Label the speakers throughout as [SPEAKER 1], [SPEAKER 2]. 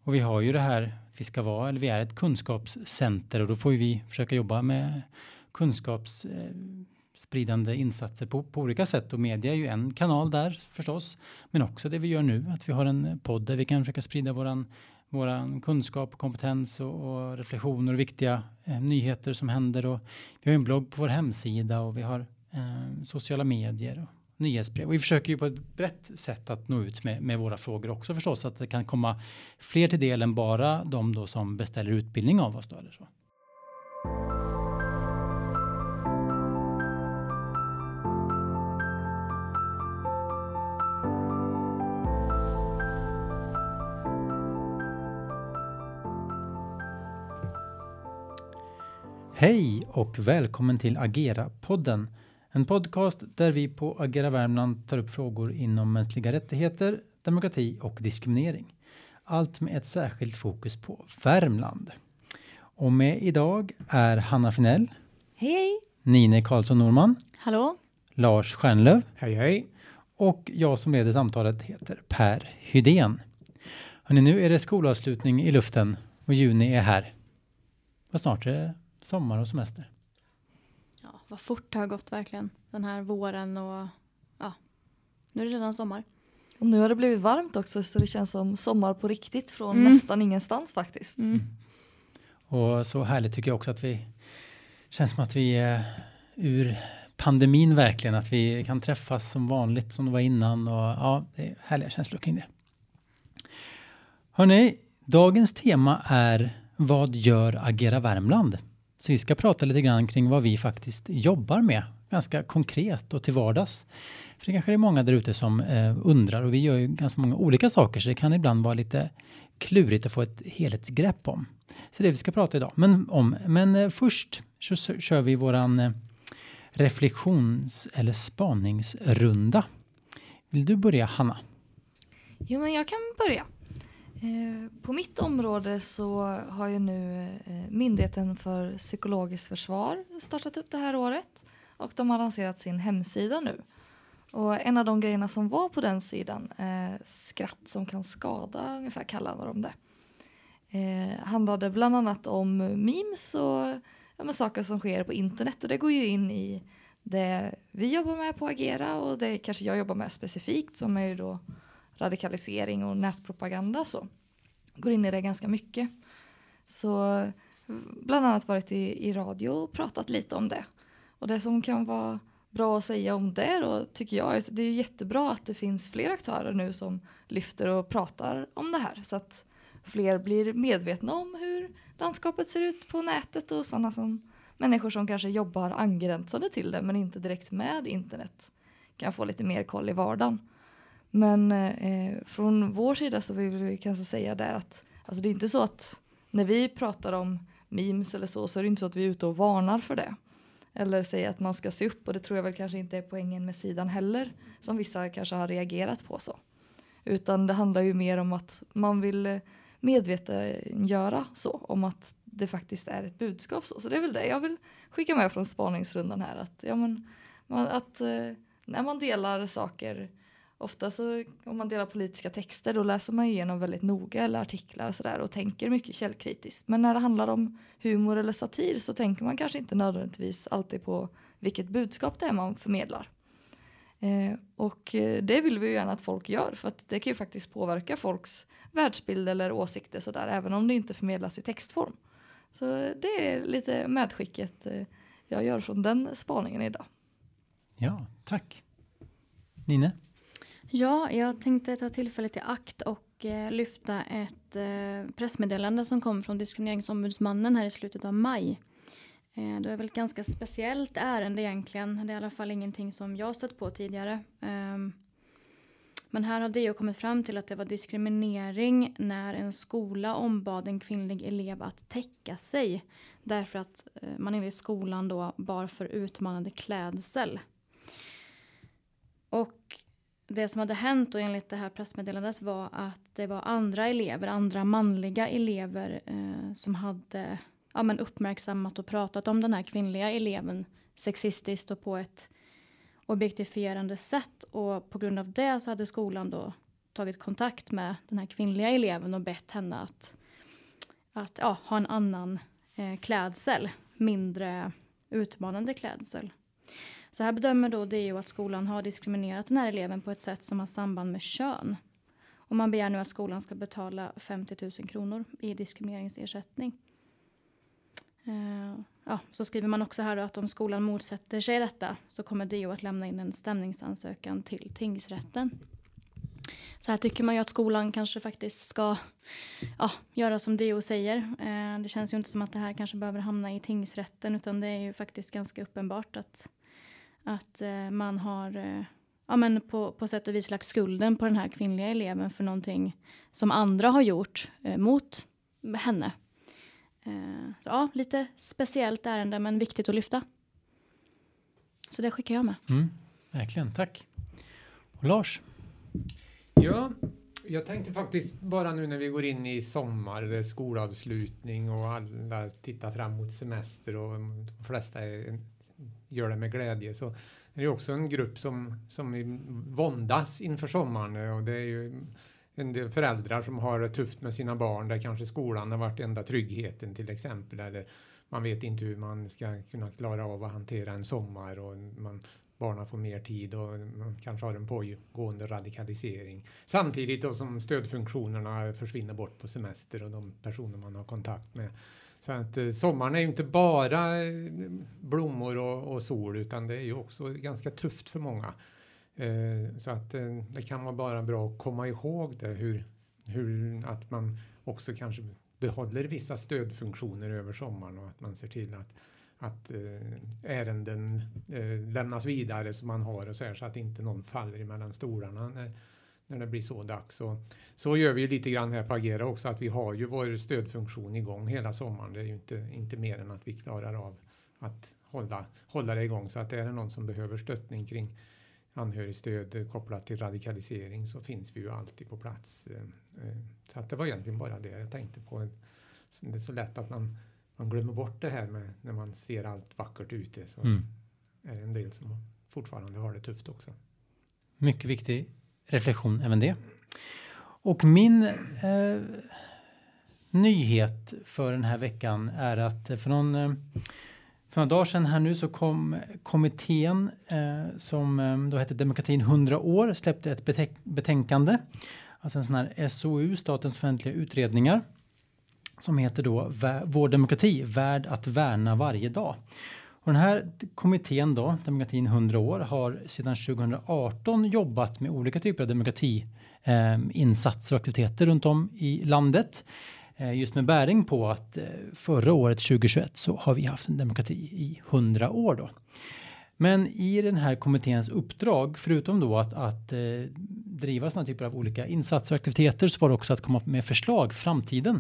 [SPEAKER 1] Och vi har ju det här, vi är ett kunskapscenter och då får ju vi försöka jobba med kunskapsspridande insatser på olika sätt. Och media är ju en kanal där förstås. Men också det vi gör nu, att vi har en podd där vi kan försöka sprida våran kunskap, kompetens och reflektioner och viktiga nyheter som händer. Och vi har en blogg på vår hemsida och vi har sociala medier och nyhetsbrev. Och vi försöker ju på ett brett sätt att nå ut med våra frågor också förstås. Att det kan komma fler till del än bara de då som beställer utbildning av oss då eller så. Hej och välkommen till Agera-podden. En podcast där vi på Agera Värmland tar upp frågor inom mänskliga rättigheter, demokrati och diskriminering. Allt med ett särskilt fokus på Värmland. Och med idag är Hanna Finell.
[SPEAKER 2] Hej!
[SPEAKER 1] Nine Karlsson Norman.
[SPEAKER 2] Hallå!
[SPEAKER 1] Lars Stjärnlöv.
[SPEAKER 3] Hej hej!
[SPEAKER 1] Och jag som leder samtalet heter Per Hydén. Hörrni, nu är det skolavslutning i luften och juni är här. Och snart är det sommar och semester.
[SPEAKER 2] Ja, vad fort det har gått verkligen. Den här våren och ja, nu är det redan sommar.
[SPEAKER 4] Och nu har det blivit varmt också så det känns som sommar på riktigt från nästan ingenstans faktiskt.
[SPEAKER 1] Och så härligt tycker jag också att vi känns som att vi är ur pandemin verkligen. Att vi kan träffas som vanligt som det var innan. Och ja, det är härliga känslor kring det. Hörrni, dagens tema är vad gör Agera Värmland? Så vi ska prata lite grann kring vad vi faktiskt jobbar med. Ganska konkret och till vardags. För det kanske är många där ute som undrar. Och vi gör ju ganska många olika saker. Så det kan ibland vara lite klurigt att få ett helhetsgrepp om. Så det vi ska prata idag. Men först så kör vi våran reflektions- eller spaningsrunda. Vill du börja, Hanna?
[SPEAKER 4] Jo, men jag kan börja. På mitt område så har ju nu Myndigheten för psykologiskt försvar startat upp det här året. Och de har lanserat sin hemsida nu. Och en av de grejerna som var på den sidan, skratt som kan skada, ungefär kallade de det. Handlade bland annat om memes och saker som sker på internet. Och det går ju in i det vi jobbar med på Agera och det kanske jag jobbar med specifikt som är ju då radikalisering och nätpropaganda så. Går in i det ganska mycket. Så bland annat varit i radio och pratat lite om det. Och det som kan vara bra att säga om det då tycker jag är att det är jättebra att det finns fler aktörer nu som lyfter och pratar om det här. Så att fler blir medvetna om hur landskapet ser ut på nätet och sådana som människor som kanske jobbar angränsande till det men inte direkt med internet kan få lite mer koll i vardagen. Men från vår sida så vill vi kanske säga där att alltså det är inte så att när vi pratar om memes eller så är det inte så att vi är ute och varnar för det. Eller säger att man ska se upp och det tror jag väl kanske inte är poängen med sidan heller som vissa kanske har reagerat på så. Utan det handlar ju mer om att man vill medvetengöra så om att det faktiskt är ett budskap så. Så det är väl det jag vill skicka med från spaningsrundan här att, när man delar saker. Ofta så om man delar politiska texter då läser man igenom väldigt noga eller artiklar och sådär och tänker mycket källkritiskt. Men när det handlar om humor eller satir så tänker man kanske inte nödvändigtvis alltid på vilket budskap det är man förmedlar. Och det vill vi ju gärna att folk gör för att det kan ju faktiskt påverka folks världsbild eller åsikter sådär även om det inte förmedlas i textform. Så det är lite medskicket jag gör från den spaningen idag.
[SPEAKER 1] Ja, tack. Nine?
[SPEAKER 2] Ja, jag tänkte ta tillfället i akt och lyfta ett pressmeddelande som kom från diskrimineringsombudsmannen här i slutet av maj. Det är väl ett ganska speciellt ärende egentligen. Det är i alla fall ingenting som jag stött på tidigare. Men här har DO kommit fram till att det var diskriminering när en skola ombad en kvinnlig elev att täcka sig. Därför att man enligt skolan då bar för utmanande klädsel. Och det som hade hänt då enligt det här pressmeddelandet var att det var andra manliga elever som hade uppmärksammat och pratat om den här kvinnliga eleven sexistiskt och på ett objektifierande sätt. Och på grund av det så hade skolan då tagit kontakt med den här kvinnliga eleven och bett henne att ha en annan klädsel, mindre utmanande klädsel. Så här bedömer då DO att skolan har diskriminerat den här eleven på ett sätt som har samband med kön. Och man begär nu att skolan ska betala 50 000 kronor i diskrimineringsersättning. Så skriver man också här då att om skolan motsätter sig detta så kommer DO att lämna in en stämningsansökan till tingsrätten. Så här tycker man ju att skolan kanske faktiskt ska göra som DO säger. Det känns ju inte som att det här kanske behöver hamna i tingsrätten, utan det är ju faktiskt ganska uppenbart att man har på sätt och vis lagt skulden på den här kvinnliga eleven för någonting som andra har gjort mot henne. Så lite speciellt ärende, men viktigt att lyfta. Så det skickar jag med.
[SPEAKER 1] Verkligen, tack. Och Lars?
[SPEAKER 3] Ja, jag tänkte faktiskt bara nu när vi går in i sommar, skolavslutning och alla tittar fram mot semester och de flesta gör det med glädje, så är det också en grupp som våndas inför sommaren, och det är ju en del föräldrar som har det tufft med sina barn, där kanske skolan har varit enda tryggheten till exempel, eller man vet inte hur man ska kunna klara av att hantera en sommar, och barnen får mer tid och man kanske har en pågående radikalisering. Samtidigt då som stödfunktionerna försvinner bort på semester och de personer man har kontakt med. Så att sommaren är ju inte bara blommor och sol, utan det är ju också ganska tufft för många. Så att det kan vara bara bra att komma ihåg det, hur att man också kanske behåller vissa stödfunktioner över sommaren, och att man ser till att ärenden lämnas vidare som man har, och så att inte någon faller mellan stolarna när det blir så dags. Så gör vi ju lite grann här på Agera också, att vi har ju vår stödfunktion igång hela sommaren. Det är ju inte mer än att vi klarar av att hålla det igång. Så att är det någon som behöver stöttning kring anhörigstöd kopplat till radikalisering, så finns vi ju alltid på plats. Så att det var egentligen bara det jag tänkte på. Det är så lätt att man glömmer bort det här med när man ser allt vackert ute, så är det en del som fortfarande har det tufft också.
[SPEAKER 1] Mycket viktig reflektion även det. Och min nyhet för den här veckan är att för några dagar sedan här nu så kom kommittén som då hette Demokratin 100 år, släppte ett betänkande, alltså en sån här SOU, Statens offentliga utredningar, som heter då Vår demokrati, värd att värna varje dag. Och den här kommittén då, Demokratin 100 år, har sedan 2018 jobbat med olika typer av demokratiinsatser och aktiviteter runt om i landet. Just med bäring på att förra året 2021 så har vi haft en demokrati i 100 år då. Men i den här kommitténs uppdrag, förutom då att driva sådana typer av olika insatser och aktiviteter, så var det också att komma med förslag framtiden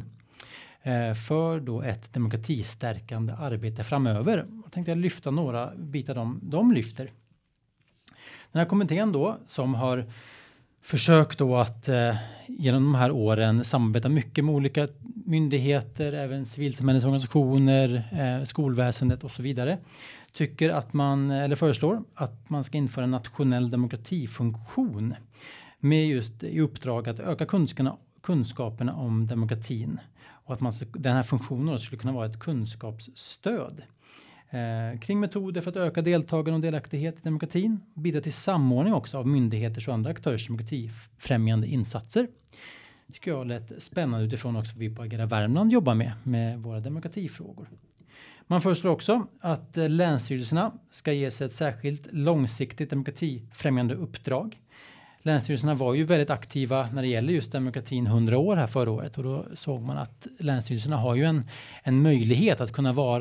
[SPEAKER 1] för då ett demokratistärkande arbete framöver. Jag tänkte lyfta några bitar de lyfter. Den här kommittén då, som har försökt då att genom de här åren samarbeta mycket med olika myndigheter, även civilsamhällesorganisationer, skolväsendet och så vidare, tycker att föreslår att man ska införa en nationell demokratifunktion med just i uppdrag att öka kunskaperna om demokratin, och att den här funktionen skulle kunna vara ett kunskapsstöd kring metoder för att öka deltagande och delaktighet i demokratin, bidra till samordning också av myndigheters och andra aktörers demokratifrämjande insatser. Det tycker jag lät spännande utifrån också vad vi på Agera Värmland jobbar med våra demokratifrågor. Man föreslår också att länsstyrelserna ska ges ett särskilt långsiktigt demokratifrämjande uppdrag. Länsstyrelserna var ju väldigt aktiva när det gäller just demokratin 100 år här förra året, och då såg man att länsstyrelserna har ju en möjlighet att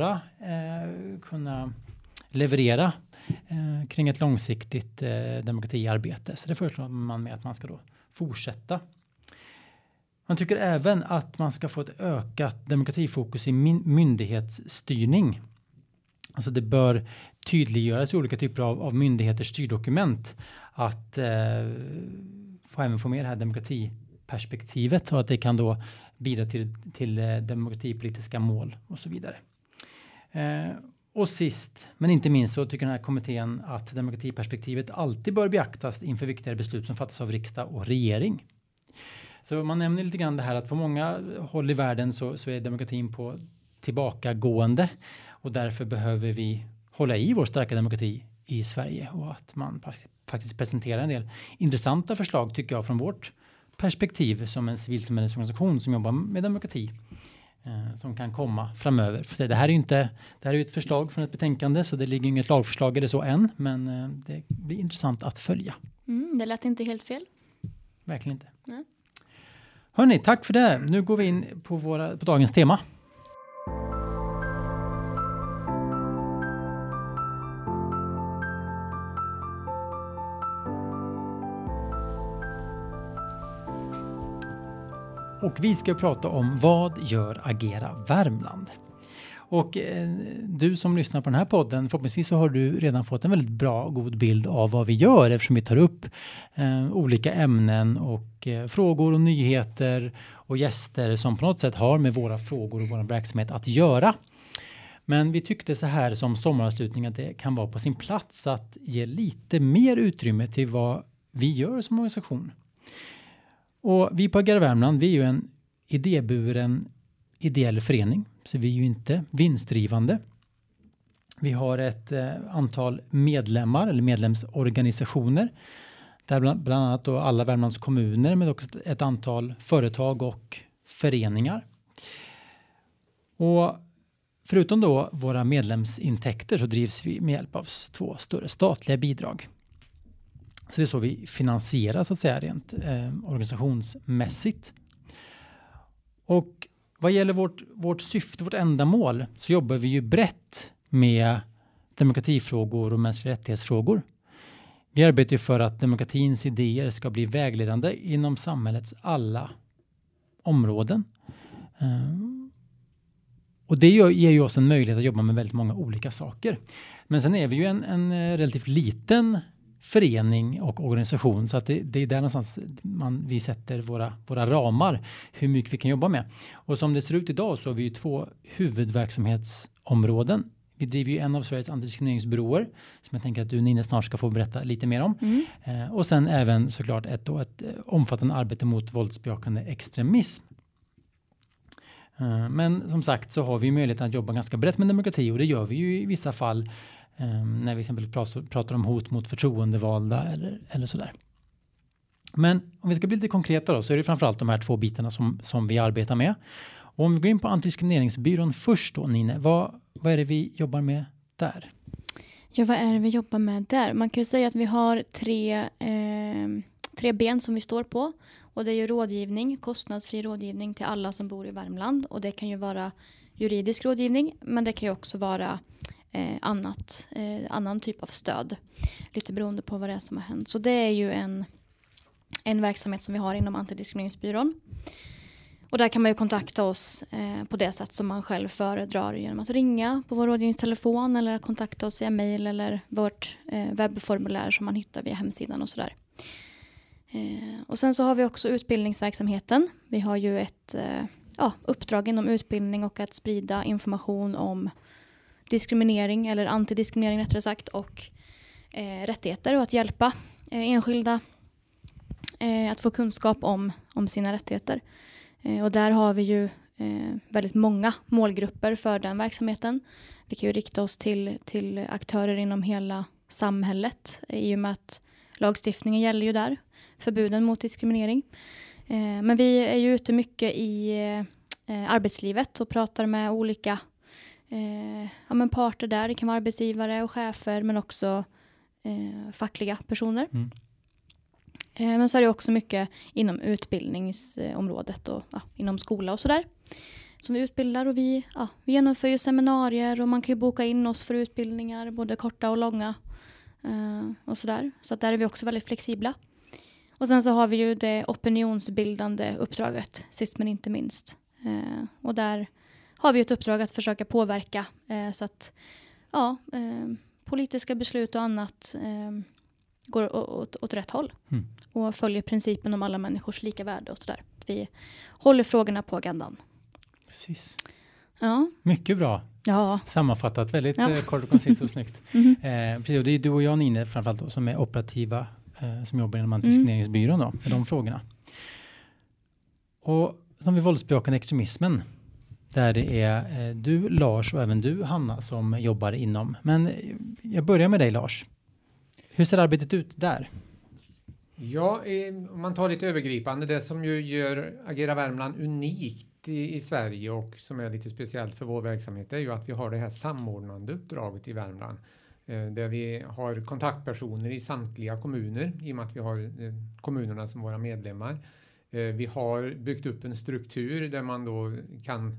[SPEAKER 1] kunna leverera kring ett långsiktigt demokratiarbete. Så det föreslår man med att man ska då fortsätta. Man tycker även att man ska få ett ökat demokratifokus i myndighetsstyrning. Alltså det bör tydliggöras i olika typer av myndigheters styrdokument att även få med det här demokratiperspektivet, och att det kan då bidra till demokratipolitiska mål och så vidare. Och sist men inte minst så tycker den här kommittén att demokratiperspektivet alltid bör beaktas inför viktigare beslut som fattas av riksdag och regering. Så man nämner lite grann det här att på många håll i världen så är demokratin på tillbakagående och därför behöver vi hålla i vår starka demokrati i Sverige och att man faktiskt presenterar en del intressanta förslag tycker jag från vårt perspektiv som en civilsamhällesorganisation som jobbar med demokrati som kan komma framöver. För det här är ju ett förslag från ett betänkande så det ligger inget lagförslag eller så än men det blir intressant att följa.
[SPEAKER 2] Det lät inte helt fel.
[SPEAKER 1] Verkligen inte.
[SPEAKER 2] Nej.
[SPEAKER 1] Hörrni, tack för det. Nu går vi in på dagens tema. Och vi ska prata om vad gör Agera Värmland. Och du som lyssnar på den här podden, förhoppningsvis så har du redan fått en väldigt bra och god bild av vad vi gör eftersom vi tar upp olika ämnen och frågor och nyheter och gäster som på något sätt har med våra frågor och vår verksamhet att göra. Men vi tyckte så här som sommaravslutning att det kan vara på sin plats att ge lite mer utrymme till vad vi gör som organisation. Och vi på Agera Värmland, vi är ju en idéburen ideell förening. Så vi är ju inte vinstdrivande. Vi har ett antal medlemmar eller medlemsorganisationer. Där bland annat då alla Värmlands kommuner med också ett antal företag och föreningar. Och förutom då våra medlemsintäkter så drivs vi med hjälp av 2 större statliga bidrag. Så det är så vi finansierar så att säga rent organisationsmässigt. Och vad gäller vårt syfte, vårt ändamål så jobbar vi ju brett med demokratifrågor och mänskliga rättighetsfrågor. Vi arbetar ju för att demokratins idéer ska bli vägledande inom samhällets alla områden. Och det ger ju oss en möjlighet att jobba med väldigt många olika saker. Men sen är vi ju en relativt liten förening och organisation så att det är där någonstans vi sätter våra ramar hur mycket vi kan jobba med. Och som det ser ut idag så har vi ju 2 huvudverksamhetsområden. Vi driver ju en av Sveriges antidiskrimineringsbyråer som jag tänker att du Nina snart ska få berätta lite mer om. Och sen även såklart ett omfattande arbete mot våldsbejakande extremism. Men som sagt så har vi möjligheten att jobba ganska brett med demokrati och det gör vi ju i vissa fall när vi exempelvis pratar om hot mot förtroendevalda eller sådär. Men om vi ska bli lite konkreta då så är det framförallt de här 2 bitarna som vi arbetar med. Och om vi går in på antidiskrimineringsbyrån först då Nina, vad är det vi jobbar med där?
[SPEAKER 2] Ja, vad är det vi jobbar med där? Man kan ju säga att vi har 3 ben som vi står på. Och det är ju rådgivning, kostnadsfri rådgivning till alla som bor i Värmland. Och det kan ju vara juridisk rådgivning men det kan ju också vara annan typ av stöd. Lite beroende på vad det är som har hänt. Så det är ju en verksamhet som vi har inom antidiskrimineringsbyrån. Och där kan man ju kontakta oss på det sätt som man själv föredrar genom att ringa på vår rådgivningstelefon eller kontakta oss via mejl eller vårt webbformulär som man hittar via hemsidan och sådär. Och sen så har vi också utbildningsverksamheten. Vi har ju ett uppdrag inom utbildning och att sprida information om diskriminering eller antidiskriminering rättare sagt och rättigheter och att hjälpa enskilda att få kunskap om sina rättigheter. Och där har vi ju väldigt många målgrupper för den verksamheten. Vi kan ju rikta oss till aktörer inom hela samhället i och med att lagstiftningen gäller ju där. Förbuden mot diskriminering. Men vi är ju ute mycket i arbetslivet och pratar med olika parter där. Det kan vara arbetsgivare och chefer men också fackliga personer. Men så är det också mycket inom utbildningsområdet och inom skola och sådär. Som vi utbildar och vi genomför ju seminarier och man kan ju boka in oss för utbildningar både korta och långa och sådär. Så att där är vi också väldigt flexibla. Och sen så har vi ju det opinionsbildande uppdraget sist men inte minst. Och där har vi ett uppdrag att försöka påverka så att politiska beslut och annat går åt rätt håll. Och följer principen om alla människors lika värde och sådär. Vi håller frågorna på agendan.
[SPEAKER 1] Precis.
[SPEAKER 2] Ja.
[SPEAKER 1] Mycket bra.
[SPEAKER 2] Ja.
[SPEAKER 1] Sammanfattat, väldigt kort och koncist och snyggt. Precis, och det är du och jag Nina framförallt då, som är operativa som jobbar inom antidiskrimineringsbyrån då, med de frågorna. Och som vid våldsbejakande extremismen, där det är du Lars och även du Hanna som jobbar inom. Men jag börjar med dig Lars. Hur ser arbetet ut där?
[SPEAKER 3] Ja, om man tar lite övergripande, det som ju gör Agera Värmland unikt i Sverige och som är lite speciellt för vår verksamhet är ju att vi har det här samordnande uppdraget i Värmland. Där vi har kontaktpersoner i samtliga kommuner i och med att vi har kommunerna som våra medlemmar. Vi har byggt upp en struktur där man då kan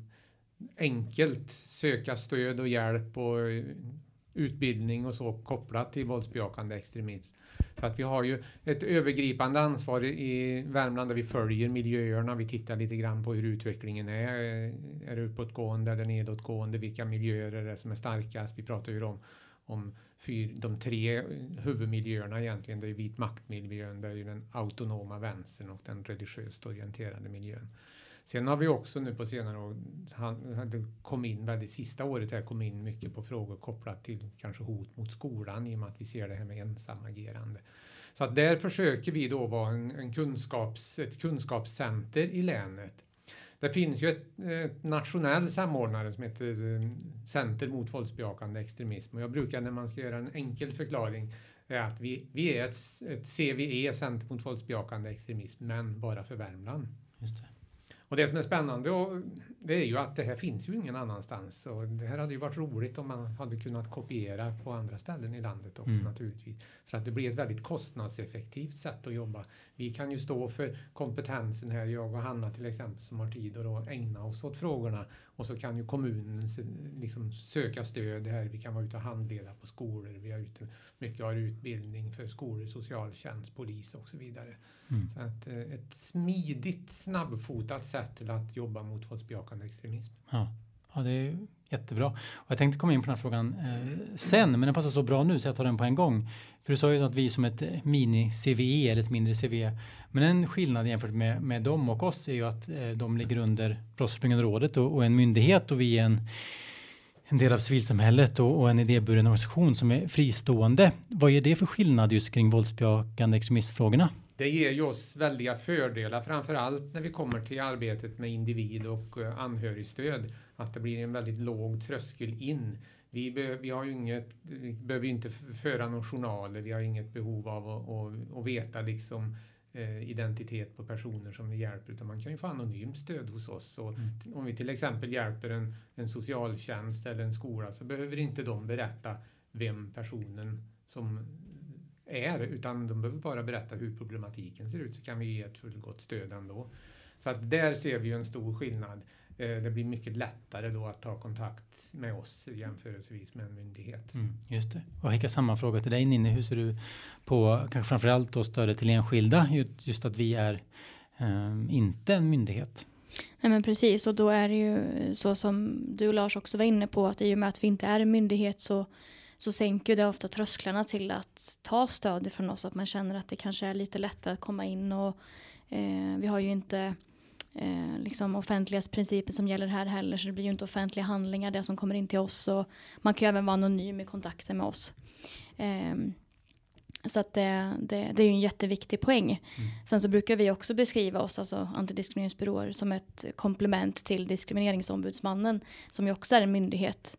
[SPEAKER 3] enkelt söka stöd och hjälp och utbildning och så kopplat till våldsbejakande extremism. Så att vi har ju ett övergripande ansvar i Värmland där vi följer miljöerna. Vi tittar lite grann på hur utvecklingen är. Är det uppåtgående eller nedåtgående? Vilka miljöer är det som är starkast? Vi pratar ju om de 3 huvudmiljöerna egentligen. Det är vit maktmiljön, det är ju den autonoma vänstern och den religiöst orienterade miljön. Sen har vi också nu på senare år, kom in sista året här kom in mycket på frågor kopplat till kanske hot mot skolan i och med att vi ser det här med ensamagerande. Så att där försöker vi då vara ett kunskapscenter i länet. Det finns ju ett nationell samordnare som heter Center mot våldsbejakande extremism och jag brukar när man ska göra en enkel förklaring är att vi är ett CVE, Center mot våldsbejakande extremism, men bara för Värmland.
[SPEAKER 1] Just det.
[SPEAKER 3] Och det som är spännande det är ju att det här finns ju ingen annanstans. Och det här hade ju varit roligt om man hade kunnat kopiera på andra ställen i landet också naturligtvis. För att det blir ett väldigt kostnadseffektivt sätt att jobba. Vi kan ju stå för kompetensen här, jag och Hanna till exempel som har tid att då ägna oss åt frågorna. Och så kan ju kommunen liksom söka stöd här. Vi kan vara ute och handleda på skolor. Vi har mycket av utbildning för skolor, socialtjänst, polis och så vidare. Så att ett smidigt, snabbfotat sätt till att jobba mot våldsbejakande extremism.
[SPEAKER 1] Ja, det är jättebra. Och jag tänkte komma in på den här frågan sen, men den passar så bra nu så jag tar den på en gång. För du sa ju att vi är som ett mini-CVE eller ett mindre CVE. Men en skillnad jämfört med dem och oss är ju att de ligger under Brottsförebyggande rådet och en myndighet och vi är en del av civilsamhället och en idéburen organisation som är fristående. Vad är det för skillnad just kring våldsbejakande extremistfrågorna?
[SPEAKER 3] Det ger ju oss väldiga fördelar, framförallt när vi kommer till arbetet med individ- och anhörigstöd. Att det blir en väldigt låg tröskel in. Vi behöver ju inte föra någon journaler, vi har inget behov av att veta liksom identitet på personer som vi hjälper, utan man kan ju få anonymt stöd hos oss. Och om vi till exempel hjälper en socialtjänst eller en skola så behöver inte de berätta vem personen som är, utan de behöver bara berätta hur problematiken ser ut, så kan vi ge ett fullgott stöd ändå. Så att där ser vi ju en stor skillnad. Det blir mycket lättare då att ta kontakt med oss jämförelsevis med en myndighet.
[SPEAKER 1] Just det. Och skicka samma fråga till dig Ninni. Hur ser du på kanske framförallt då stödet till enskilda? Just att vi är inte en myndighet.
[SPEAKER 2] Nej men precis, och då är det ju så som du Lars också var inne på, att i och med att vi inte är en myndighet så sänker det ofta trösklarna till att ta stöd från oss, att man känner att det kanske är lite lättare att komma in och vi har ju inte liksom offentlighetsprinciper som gäller här heller, så det blir ju inte offentliga handlingar det som kommer in till oss, och man kan ju även vara anonym i kontakten med oss. Så att det är ju en jätteviktig poäng. Sen så brukar vi också beskriva oss, alltså antidiskrimineringsbyråer, som ett komplement till diskrimineringsombudsmannen som ju också är en myndighet.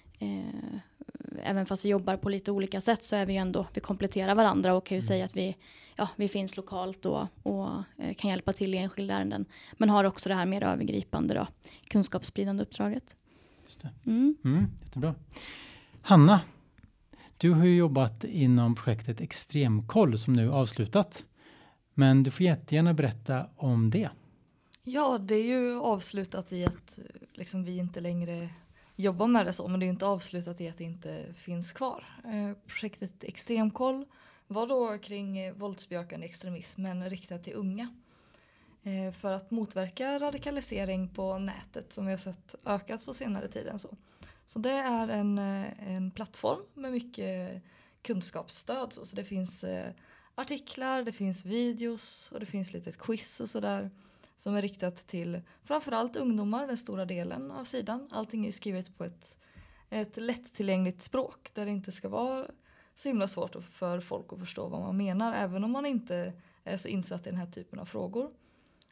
[SPEAKER 2] Även fast vi jobbar på lite olika sätt så är vi ju ändå, vi kompletterar varandra och kan ju säga att vi finns lokalt då och kan hjälpa till i enskilda ärenden. Men har också det här mer övergripande då, kunskapsspridande uppdraget.
[SPEAKER 1] Just det. Jättebra. Hanna, du har ju jobbat inom projektet Extremkoll som nu avslutat. Men du får jättegärna berätta om det.
[SPEAKER 4] Ja, det är ju avslutat i att liksom, vi inte längre jobbar med det så, men det är ju inte avslutat i att det inte finns kvar. Projektet Extremkoll var då kring våldsbejakande extremism, men riktat till unga. För att motverka radikalisering på nätet som vi har sett ökat på senare tid än så. Så det är en plattform med mycket kunskapsstöd. Så det finns artiklar, det finns videos och det finns lite quiz och sådär. Som är riktat till framförallt ungdomar, den stora delen av sidan. Allting är skrivet på ett lättillgängligt språk där det inte ska vara så himla svårt för folk att förstå vad man menar. Även om man inte är så insatt i den här typen av frågor.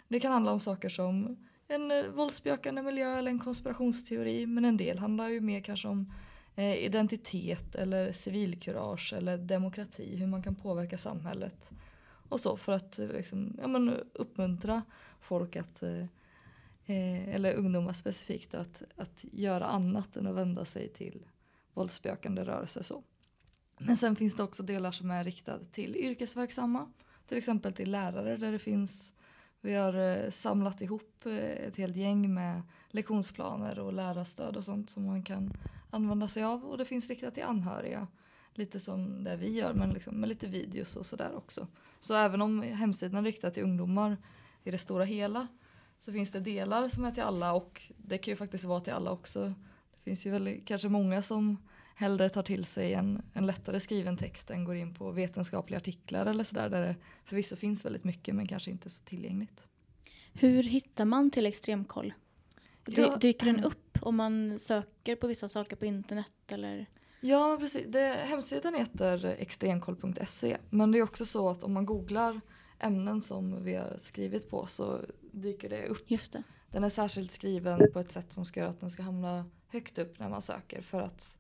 [SPEAKER 4] Det kan handla om saker som en våldsbejakande miljö eller en konspirationsteori, men en del handlar ju mer kanske om identitet eller civilkurage eller demokrati, hur man kan påverka samhället och så, för att liksom, uppmuntra folk att eller ungdomar specifikt att göra annat än att vända sig till våldsbejakande rörelser så. Men sen finns det också delar som är riktade till yrkesverksamma, till exempel till lärare där vi har samlat ihop ett helt gäng med lektionsplaner och lärarstöd och sånt som man kan använda sig av, och det finns riktat till anhöriga, lite som det vi gör, men liksom med lite videos och sådär också. Så även om hemsidan är riktad till ungdomar i det stora hela, så finns det delar som är till alla, och det kan ju faktiskt vara till alla också. Det finns ju väl kanske många som hellre tar till sig en lättare skriven text än går in på vetenskapliga artiklar eller sådär, där det förvisso finns väldigt mycket men kanske inte så tillgängligt.
[SPEAKER 2] Hur hittar man till Extremkoll? Dyker den upp om man söker på vissa saker på internet eller?
[SPEAKER 4] Ja, precis. Hemsidan heter extremkoll.se, men det är också så att om man googlar ämnen som vi har skrivit på så dyker det upp.
[SPEAKER 2] Just det.
[SPEAKER 4] Den är särskilt skriven på ett sätt som ska göra att den ska hamna högt upp när man söker, för att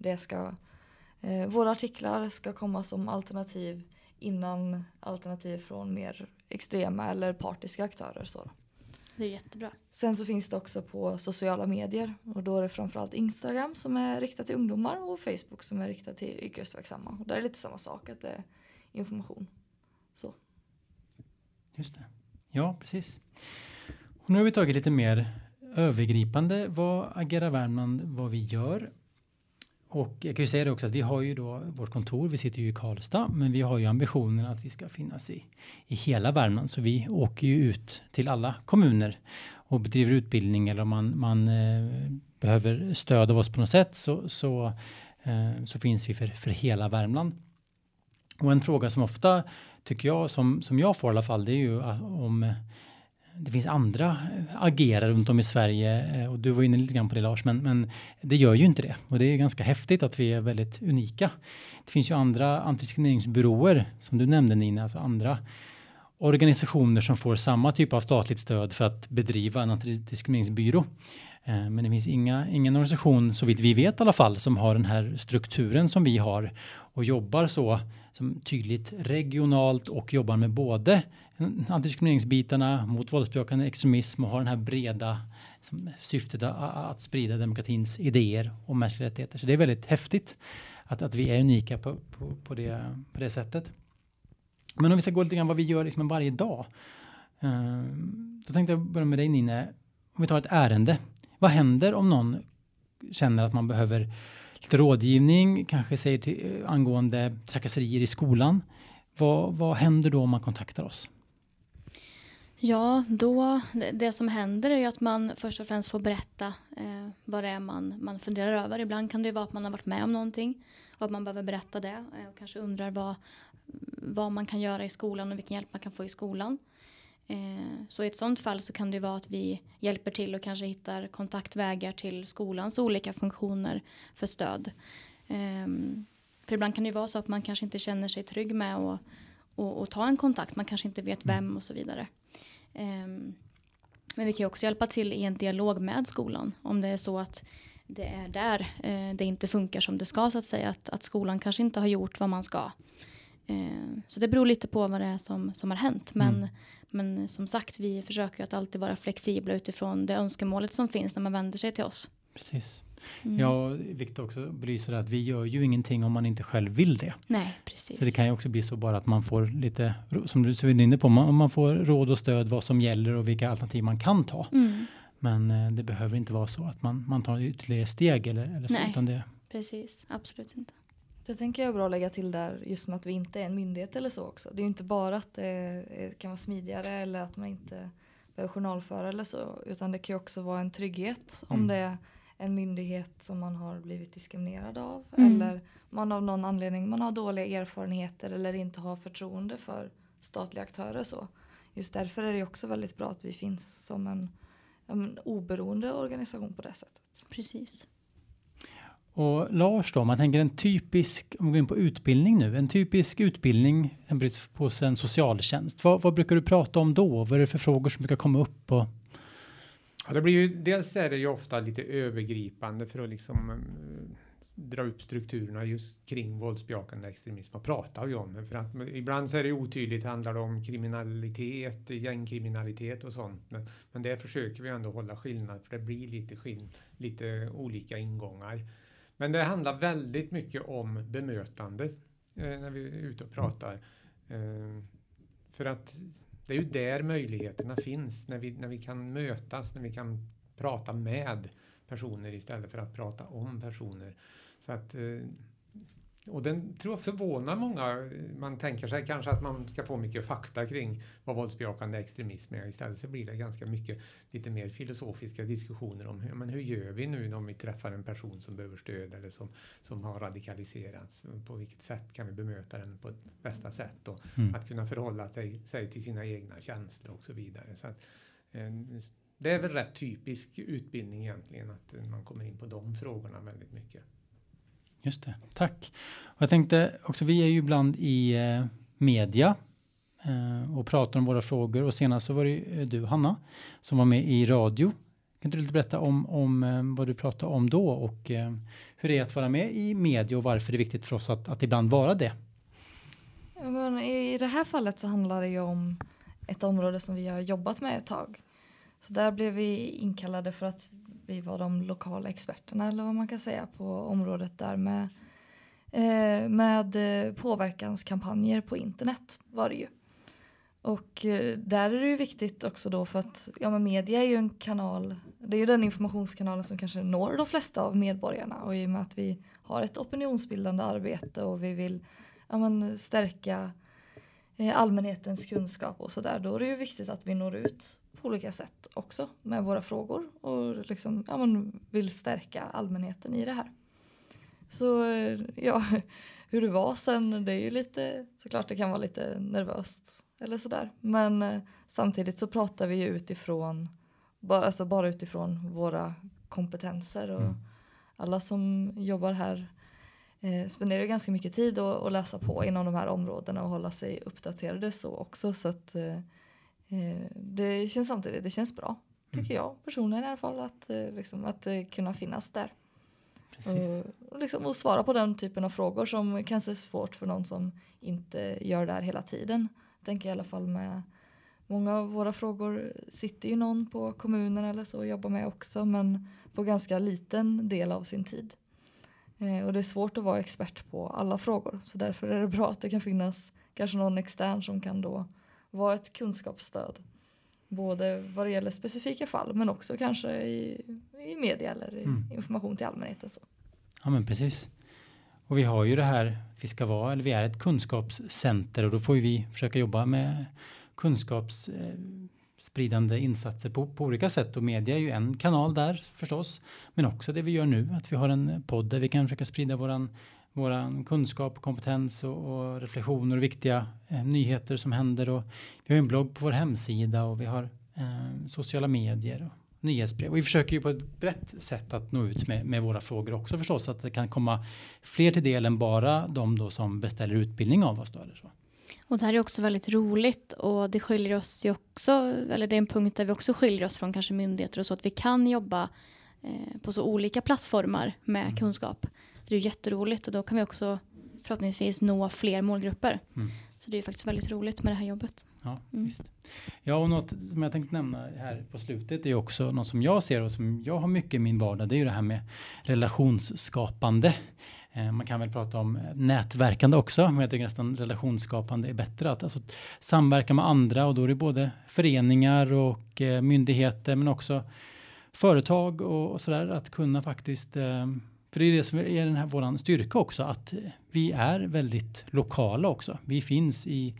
[SPEAKER 4] våra artiklar ska komma som alternativ innan alternativ från mer extrema eller partiska aktörer. Så.
[SPEAKER 2] Det är jättebra.
[SPEAKER 4] Sen så finns det också på sociala medier, och då är det framförallt Instagram som är riktat till ungdomar och Facebook som är riktat till yrkesverksamma. Och där är det lite samma sak, att det är information. Så.
[SPEAKER 1] Just det. Ja, precis. Och nu har vi tagit lite mer övergripande vad Agera Värmland, vad vi gör. Och jag kan ju säga det också att vi har ju då vårt kontor, vi sitter ju i Karlstad, men vi har ju ambitionen att vi ska finnas i hela Värmland. Så vi åker ju ut till alla kommuner och bedriver utbildning, eller om man behöver stöd av oss på något sätt så finns vi för hela Värmland. Och en fråga som ofta tycker jag, som jag får i alla fall, det är ju om det finns andra agerare runt om i Sverige, och du var inne lite grann på det, Lars, men det gör ju inte det, och det är ganska häftigt att vi är väldigt unika. Det finns ju andra antidiskrimineringsbyråer som du nämnde, Nina, alltså andra organisationer som får samma typ av statligt stöd för att bedriva en antidiskrimineringsbyrå. Men det finns ingen organisation, så vitt vi vet i alla fall, som har den här strukturen som vi har och jobbar så som tydligt regionalt och jobbar med både antidiskrimineringsbitarna mot våldsbejakande extremism och har den här breda syftet att sprida demokratins idéer och mänskliga rättigheter. Så det är väldigt häftigt att vi är unika på det sättet. Men om vi ska gå lite grann vad vi gör liksom varje dag. Då tänkte jag börja med dig, Nina. Om vi tar ett ärende. Vad händer om någon känner att man behöver lite rådgivning, kanske säger angående trakasserier i skolan? Vad händer då om man kontaktar oss?
[SPEAKER 2] Ja, det som händer är ju att man först och främst får berätta vad det är man funderar över. Ibland kan det ju vara att man har varit med om någonting och att man behöver berätta det och kanske undrar vad man kan göra i skolan och vilken hjälp man kan få i skolan. Så i ett sådant fall så kan det vara att vi hjälper till och kanske hittar kontaktvägar till skolans olika funktioner för stöd. För ibland kan det vara så att man kanske inte känner sig trygg med att ta en kontakt. Man kanske inte vet vem och så vidare. Men vi kan ju också hjälpa till i en dialog med skolan. Om det är så att det är där det inte funkar som det ska, så att säga. Att skolan kanske inte har gjort vad man ska. Så det beror lite på vad det är som har hänt. Men som sagt, vi försöker att alltid vara flexibla utifrån det önskemålet som finns när man vänder sig till oss.
[SPEAKER 1] Precis. Ja, viktigt också belysa det att vi gör ju ingenting om man inte själv vill det.
[SPEAKER 2] Nej, precis.
[SPEAKER 1] Så det kan ju också bli så bara att man får lite, som du är inne på, om man får råd och stöd vad som gäller och vilka alternativ man kan ta. Men det behöver inte vara så att man tar ytterligare steg eller så.
[SPEAKER 2] Nej,
[SPEAKER 1] utan det.
[SPEAKER 2] Precis. Absolut inte.
[SPEAKER 4] Det tänker jag är bra att lägga till där, just med att vi inte är en myndighet eller så också. Det är ju inte bara att det kan vara smidigare eller att man inte behöver journalföra eller så, utan det kan ju också vara en trygghet om det är en myndighet som man har blivit diskriminerad av eller man av någon anledning man har dåliga erfarenheter eller inte har förtroende för statliga aktörer. Så just därför är det också väldigt bra att vi finns som en oberoende organisation på det sättet.
[SPEAKER 2] Precis.
[SPEAKER 1] Och Lars då, man tänker om vi går in på utbildning nu, en typisk utbildning på en socialtjänst. Vad brukar du prata om då? Vad är det för frågor som brukar komma upp?
[SPEAKER 3] Ja, det blir ju, dels är det ju ofta lite övergripande för att liksom dra upp strukturerna just kring våldsbejakande extremism. Vad pratar vi om? För att ibland så är det otydligt, handlar det om kriminalitet, gängkriminalitet och sånt. Men det försöker vi ändå hålla skillnad, för det blir lite olika ingångar. Men det handlar väldigt mycket om bemötandet när vi är ute och pratar. För att det är ju där möjligheterna finns, när vi kan mötas, när vi kan prata med personer istället för att prata om personer. Så att, och den tror jag förvånar många. Man tänker sig kanske att man ska få mycket fakta kring vad våldsbejakande extremism är. Istället så blir det ganska mycket lite mer filosofiska diskussioner om hur gör vi nu om vi träffar en person som behöver stöd eller som har radikaliserats. På vilket sätt kan vi bemöta den på ett bästa sätt och att kunna förhålla sig till sina egna känslor och så vidare. Så att, det är väl rätt typisk utbildning egentligen, att man kommer in på de frågorna väldigt mycket.
[SPEAKER 1] Just det, tack. Och jag tänkte också, vi är ju ibland i media och pratar om våra frågor. Och senast så var det du, Hanna, som var med i radio. Kan du lite berätta om vad du pratade om då och hur det är att vara med i media och varför det är viktigt för oss att ibland vara det?
[SPEAKER 4] Men i det här fallet så handlar det ju om ett område som vi har jobbat med ett tag. Så där blev vi inkallade för att vi var de lokala experterna, eller vad man kan säga, på området där med påverkanskampanjer på internet var det ju. Och där är det ju viktigt också då, för att media är ju en kanal, det är ju den informationskanalen som kanske når de flesta av medborgarna, och i och med att vi har ett opinionsbildande arbete och vi vill stärka allmänhetens kunskap och sådär, då är det ju viktigt att vi når ut på olika sätt också med våra frågor och liksom, vill stärka allmänheten i det här. Så hur det var sen, det är ju lite, såklart det kan vara lite nervöst eller sådär, men samtidigt så pratar vi ju utifrån bara utifrån våra kompetenser, och alla som jobbar här spenderar ju ganska mycket tid att läsa på inom de här områdena och hålla sig uppdaterade så också, så att det känns samtidigt, det känns bra, tycker jag personligen i alla fall, att kunna finnas där.
[SPEAKER 1] Precis.
[SPEAKER 4] Och svara på den typen av frågor som kanske är svårt för någon som inte gör det här hela tiden. Tänker jag i alla fall med många av våra frågor sitter ju någon på kommunen eller så och jobbar med också, men på ganska liten del av sin tid. Och det är svårt att vara expert på alla frågor, så därför är det bra att det kan finnas kanske någon extern som kan då vara ett kunskapsstöd. Både vad det gäller specifika fall, men också kanske i media eller i information till allmänheten. Så.
[SPEAKER 1] Ja, men precis. Och vi har ju det här, vi är ett kunskapscenter, och då får vi försöka jobba med kunskapsspridande insatser på olika sätt. Och media är ju en kanal där förstås, men också det vi gör nu, att vi har en podd där vi kan försöka sprida våran kunskap, kompetens och reflektioner och viktiga nyheter som händer. Och vi har en blogg på vår hemsida, och vi har sociala medier och nyhetsbrev. Och vi försöker ju på ett brett sätt att nå ut med våra frågor också förstås, att det kan komma fler till del än bara de då som beställer utbildning av oss då, eller så.
[SPEAKER 2] Och det här är också väldigt roligt, och det skiljer oss ju också, eller det är en punkt där vi också skiljer oss från kanske myndigheter och så, att vi kan jobba på så olika plattformar med kunskap. Det är ju jätteroligt, och då kan vi också förhoppningsvis nå fler målgrupper. Så det är ju faktiskt väldigt roligt med det här jobbet.
[SPEAKER 1] Ja, visst. Ja, och något som jag tänkte nämna här på slutet är också något som jag ser och som jag har mycket i min vardag. Det är ju det här med relationsskapande. Man kan väl prata om nätverkande också, men jag tycker nästan relationsskapande är bättre. Att samverka med andra, och då är det både föreningar och myndigheter, men också företag och sådär. Att kunna faktiskt, för det är det som är den här våran styrka också, att vi är väldigt lokala också. Vi finns i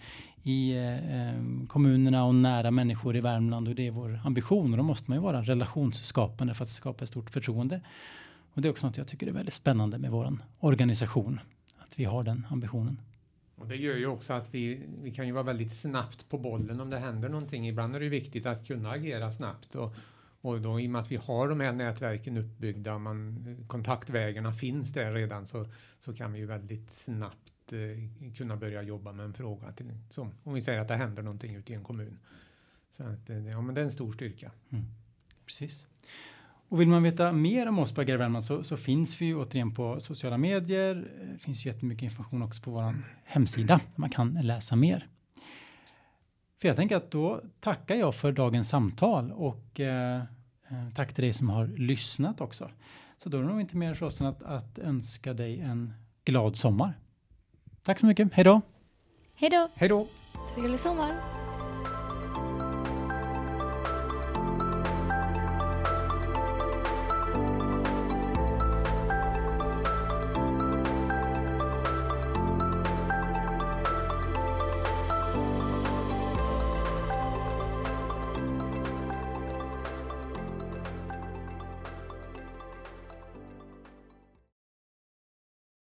[SPEAKER 1] kommunerna och nära människor i Värmland, och det är vår ambition, och då måste man ju vara relationsskapande för att skapa ett stort förtroende. Och det är också något jag tycker är väldigt spännande med vår organisation, att vi har den ambitionen.
[SPEAKER 3] Och det gör ju också att vi kan ju vara väldigt snabbt på bollen om det händer någonting. Ibland är det viktigt att kunna agera snabbt Och då i och med att vi har de här nätverken uppbyggda, kontaktvägarna finns där redan, så kan vi ju väldigt snabbt kunna börja jobba med en fråga. Som om vi säger att det händer någonting ute i en kommun. Så att, men det är en stor styrka.
[SPEAKER 1] Precis. Och vill man veta mer om oss på Agera Värmland så finns vi ju återigen på sociala medier. Det finns ju jättemycket information också på vår hemsida där man kan läsa mer. För jag tänker att då tackar jag för dagens samtal och tack till dig som har lyssnat också. Så då är det nog inte mer för oss än att önska dig en glad sommar. Tack så mycket. Hej då!
[SPEAKER 2] Hej då!
[SPEAKER 3] Hej då!
[SPEAKER 4] Trevlig sommar!